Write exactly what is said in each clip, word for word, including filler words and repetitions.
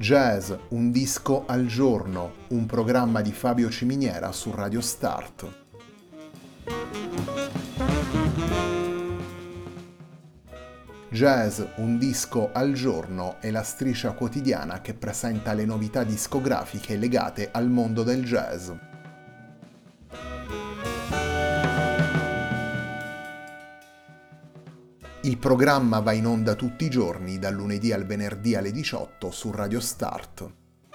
Jazz, un disco al giorno, un programma di Fabio Ciminiera su Radio Start. Jazz, un disco al giorno è la striscia quotidiana che presenta le novità discografiche legate al mondo del jazz. Il programma va in onda tutti i giorni, dal lunedì al venerdì alle diciotto su Radio Start.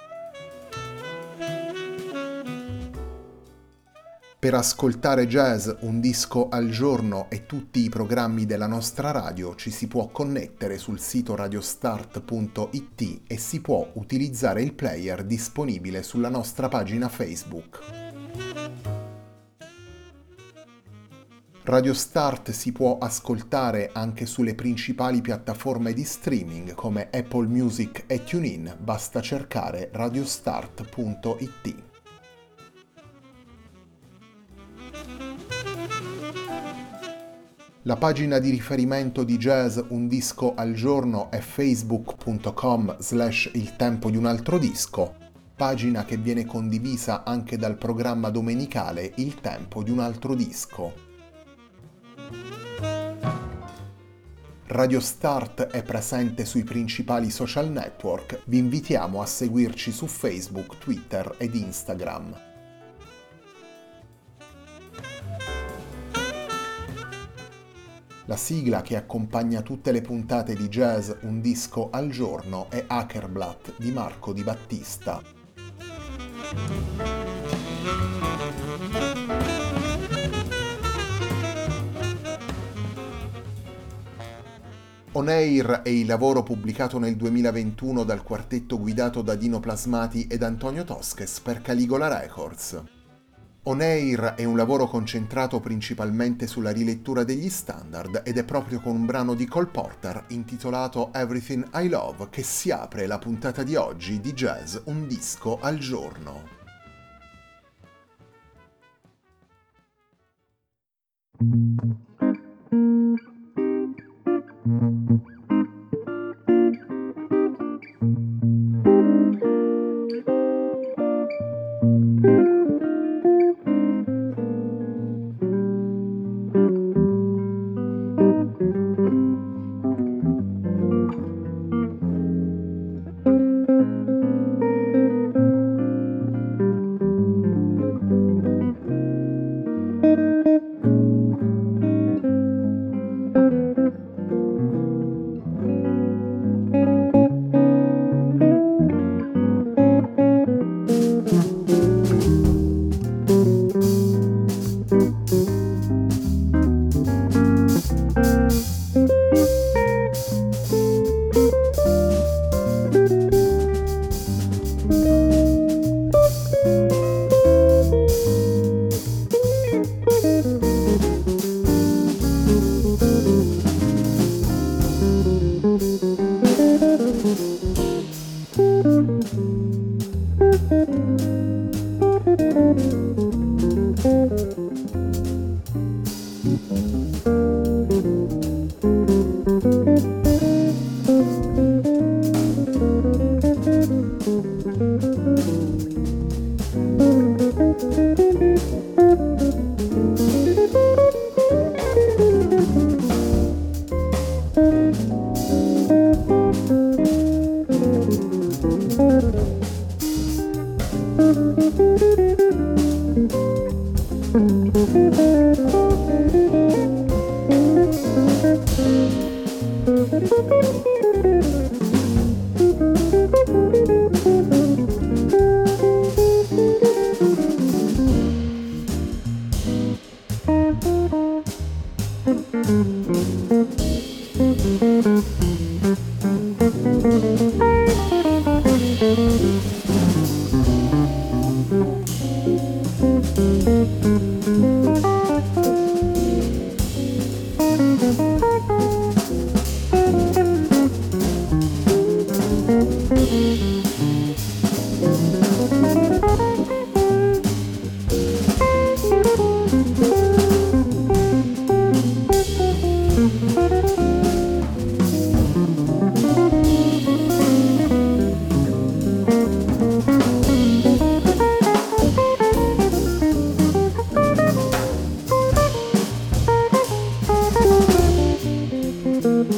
Per ascoltare Jazz, un disco al giorno e tutti i programmi della nostra radio ci si può connettere sul sito radiostart punto it e si può utilizzare il player disponibile sulla nostra pagina Facebook. Radio Start si può ascoltare anche sulle principali piattaforme di streaming come Apple Music e TuneIn, basta cercare radiostart punto it. La pagina di riferimento di Jazz, un disco al giorno è facebook punto com slash il tempo di un altro disco, pagina che viene condivisa anche dal programma domenicale Il tempo di un altro disco. Radio Start è presente sui principali social network, vi invitiamo a seguirci su Facebook, Twitter ed Instagram. La sigla che accompagna tutte le puntate di Jazz, un disco al giorno è Hackerblatt di Marco Di Battista. On Air è il lavoro pubblicato nel duemilaventuno dal quartetto guidato da Dino Plasmati ed Antonio Tosches per Caligola Records. On Air è un lavoro concentrato principalmente sulla rilettura degli standard ed è proprio con un brano di Cole Porter intitolato Everything I Love che si apre la puntata di oggi di Jazz, un disco al giorno.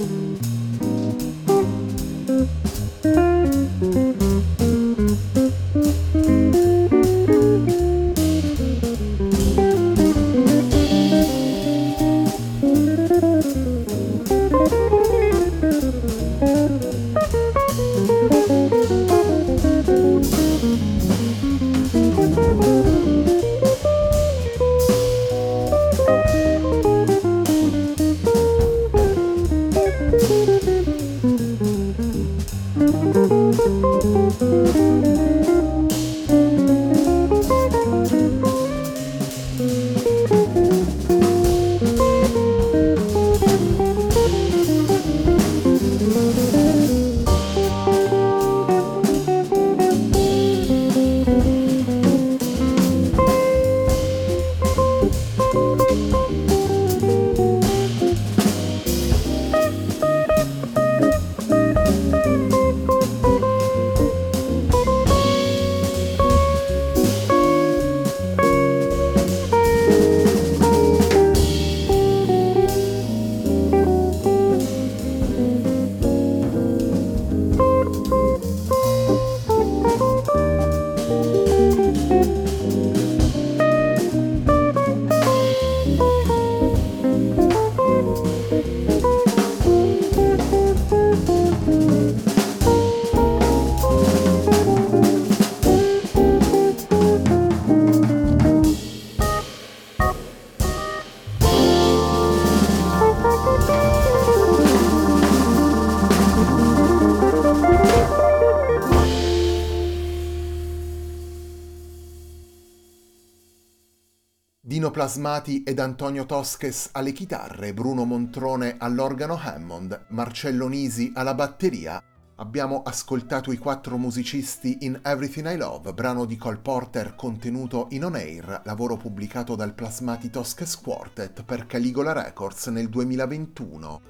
Dino Plasmati ed Antonio Tosches alle chitarre, Bruno Montrone all'organo Hammond, Marcello Nisi alla batteria. Abbiamo ascoltato i quattro musicisti in Everything I Love, brano di Cole Porter contenuto in On Air, lavoro pubblicato dal Plasmati Tosches Quartet per Caligola Records nel duemilaventuno.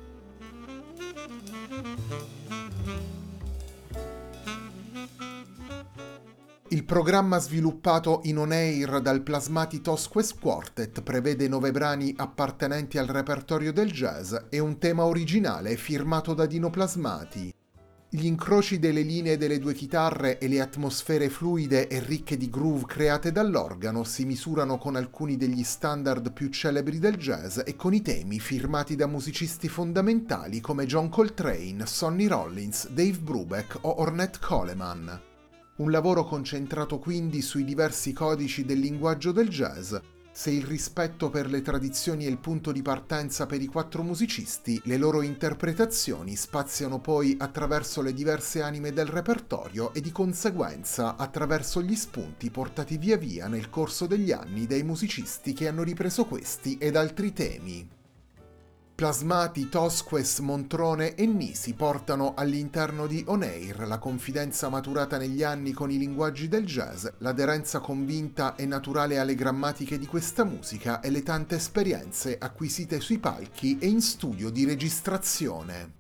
Il programma sviluppato in On Air dal Plasmati Tosches Quartet prevede nove brani appartenenti al repertorio del jazz e un tema originale firmato da Dino Plasmati. Gli incroci delle linee delle due chitarre e le atmosfere fluide e ricche di groove create dall'organo si misurano con alcuni degli standard più celebri del jazz e con i temi firmati da musicisti fondamentali come John Coltrane, Sonny Rollins, Dave Brubeck o Ornette Coleman. Un lavoro concentrato quindi sui diversi codici del linguaggio del jazz. Se il rispetto per le tradizioni è il punto di partenza per i quattro musicisti, le loro interpretazioni spaziano poi attraverso le diverse anime del repertorio e di conseguenza attraverso gli spunti portati via via nel corso degli anni dai musicisti che hanno ripreso questi ed altri temi. Plasmati, Tosches, Montrone e Nisi portano all'interno di On Air la confidenza maturata negli anni con i linguaggi del jazz, l'aderenza convinta e naturale alle grammatiche di questa musica e le tante esperienze acquisite sui palchi e in studio di registrazione.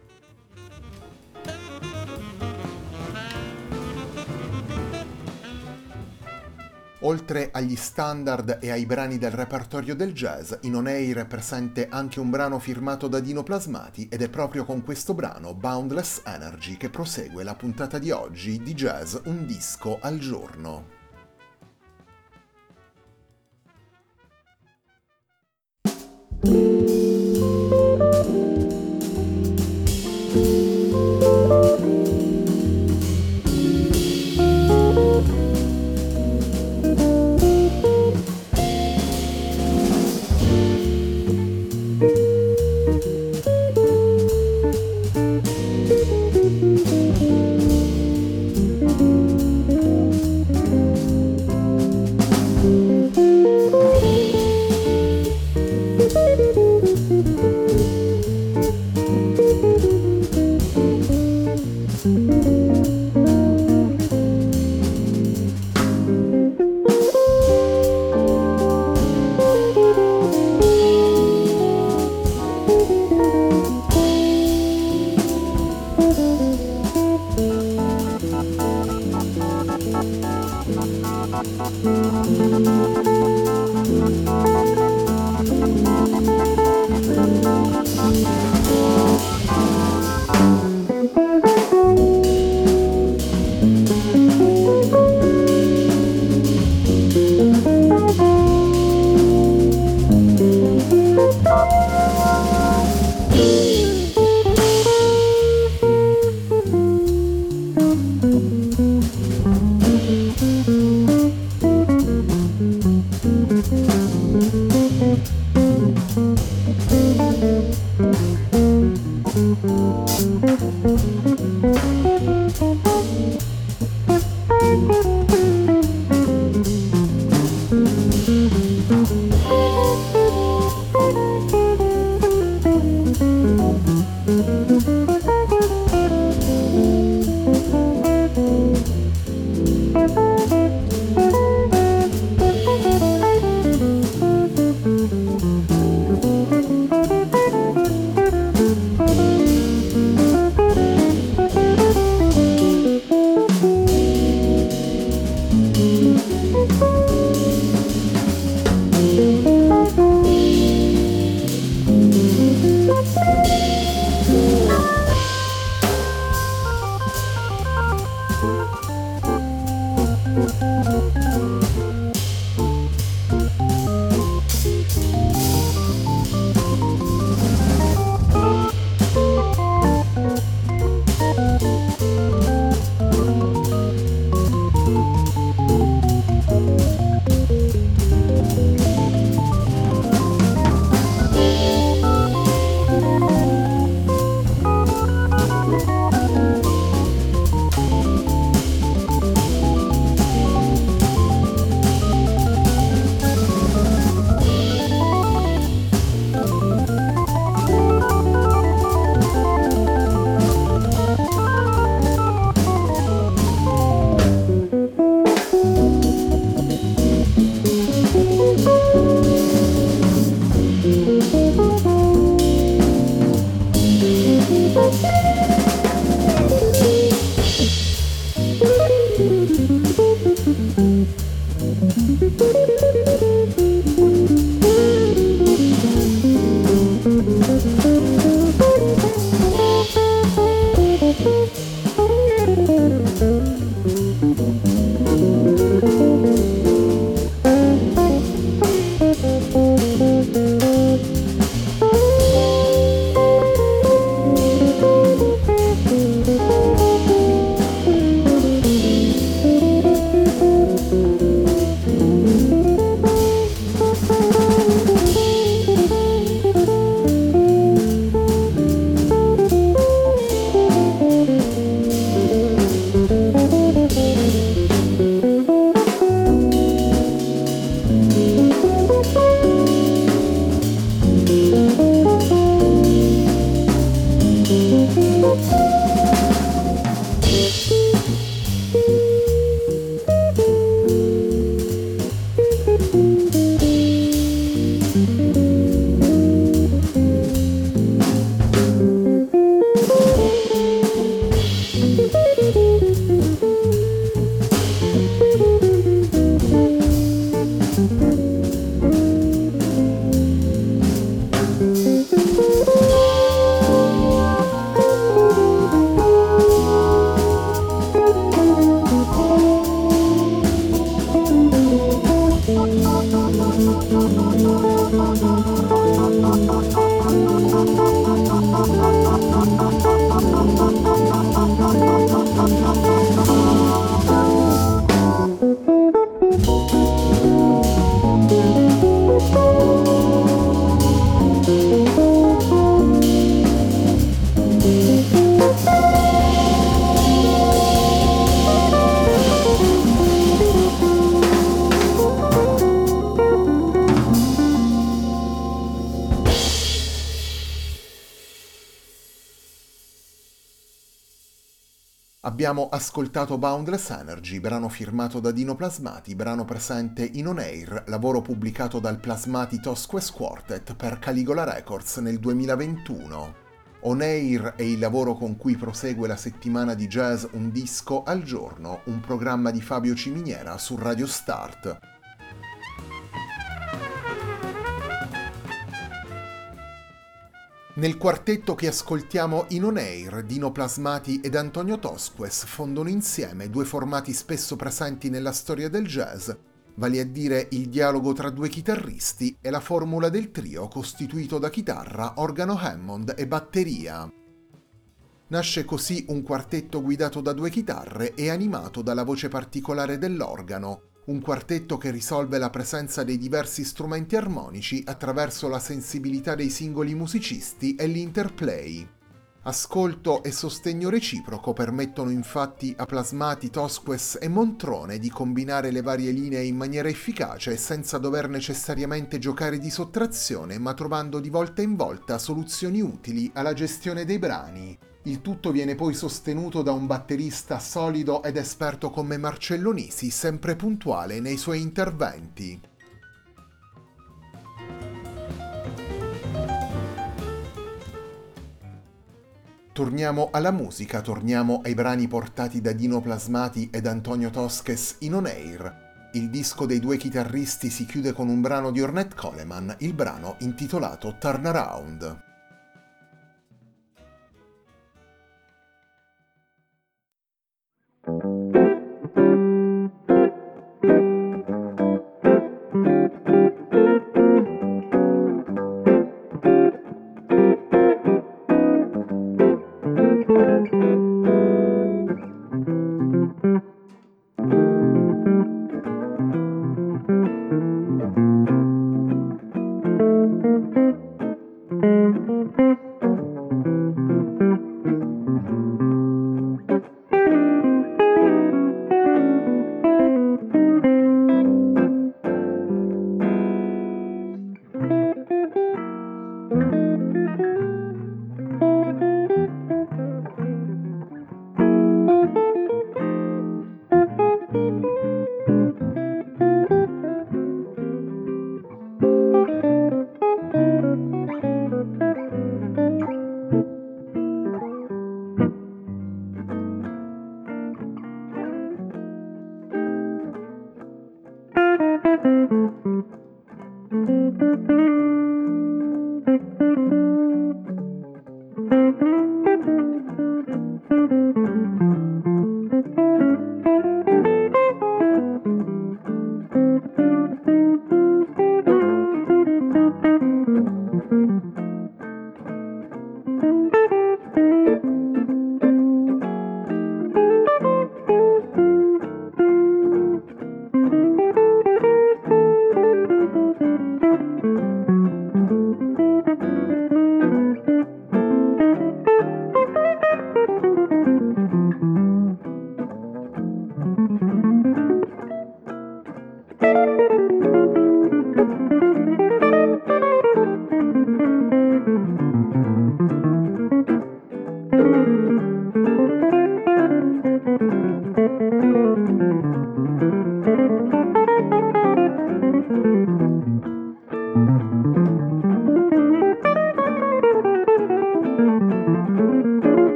Oltre agli standard e ai brani del repertorio del jazz, in On Air è presente anche un brano firmato da Dino Plasmati ed è proprio con questo brano, Boundless Energy, che prosegue la puntata di oggi di Jazz Un Disco al Giorno. Abbiamo ascoltato Boundless Energy, brano firmato da Dino Plasmati, brano presente in On Air, lavoro pubblicato dal Plasmati Tosques Quartet per Caligola Records nel duemilaventuno. On Air è il lavoro con cui prosegue la settimana di jazz Un disco al giorno, un programma di Fabio Ciminiera su Radio Start. Nel quartetto che ascoltiamo in On Air, Dino Plasmati ed Antonio Tosques fondono insieme due formati spesso presenti nella storia del jazz, vale a dire il dialogo tra due chitarristi e la formula del trio costituito da chitarra, organo Hammond e batteria. Nasce così un quartetto guidato da due chitarre e animato dalla voce particolare dell'organo, un quartetto che risolve la presenza dei diversi strumenti armonici attraverso la sensibilità dei singoli musicisti e l'interplay. Ascolto e sostegno reciproco permettono infatti a Plasmati, Tosques e Montrone di combinare le varie linee in maniera efficace senza dover necessariamente giocare di sottrazione, ma trovando di volta in volta soluzioni utili alla gestione dei brani. Il tutto viene poi sostenuto da un batterista solido ed esperto come Marcello Nisi, sempre puntuale nei suoi interventi. Torniamo alla musica, torniamo ai brani portati da Dino Plasmati ed Antonio Tosques in On Air. Il disco dei due chitarristi si chiude con un brano di Ornette Coleman, il brano intitolato Turn Around.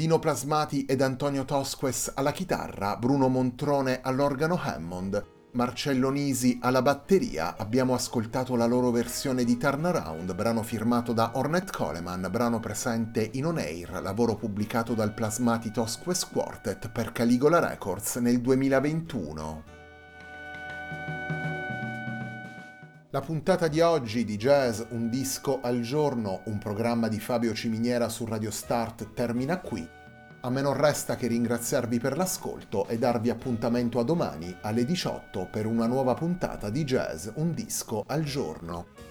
Dino Plasmati ed Antonio Tosques alla chitarra, Bruno Montrone all'organo Hammond, Marcello Nisi alla batteria. Abbiamo ascoltato la loro versione di Turnaround, brano firmato da Ornette Coleman, brano presente in On Air, lavoro pubblicato dal Plasmati Tosques Quartet per Caligola Records nel duemilaventuno. La puntata di oggi di Jazz Un Disco al Giorno, un programma di Fabio Ciminiera su Radio Start, termina qui. A me non resta che ringraziarvi per l'ascolto e darvi appuntamento a domani alle diciotto per una nuova puntata di Jazz Un Disco al Giorno.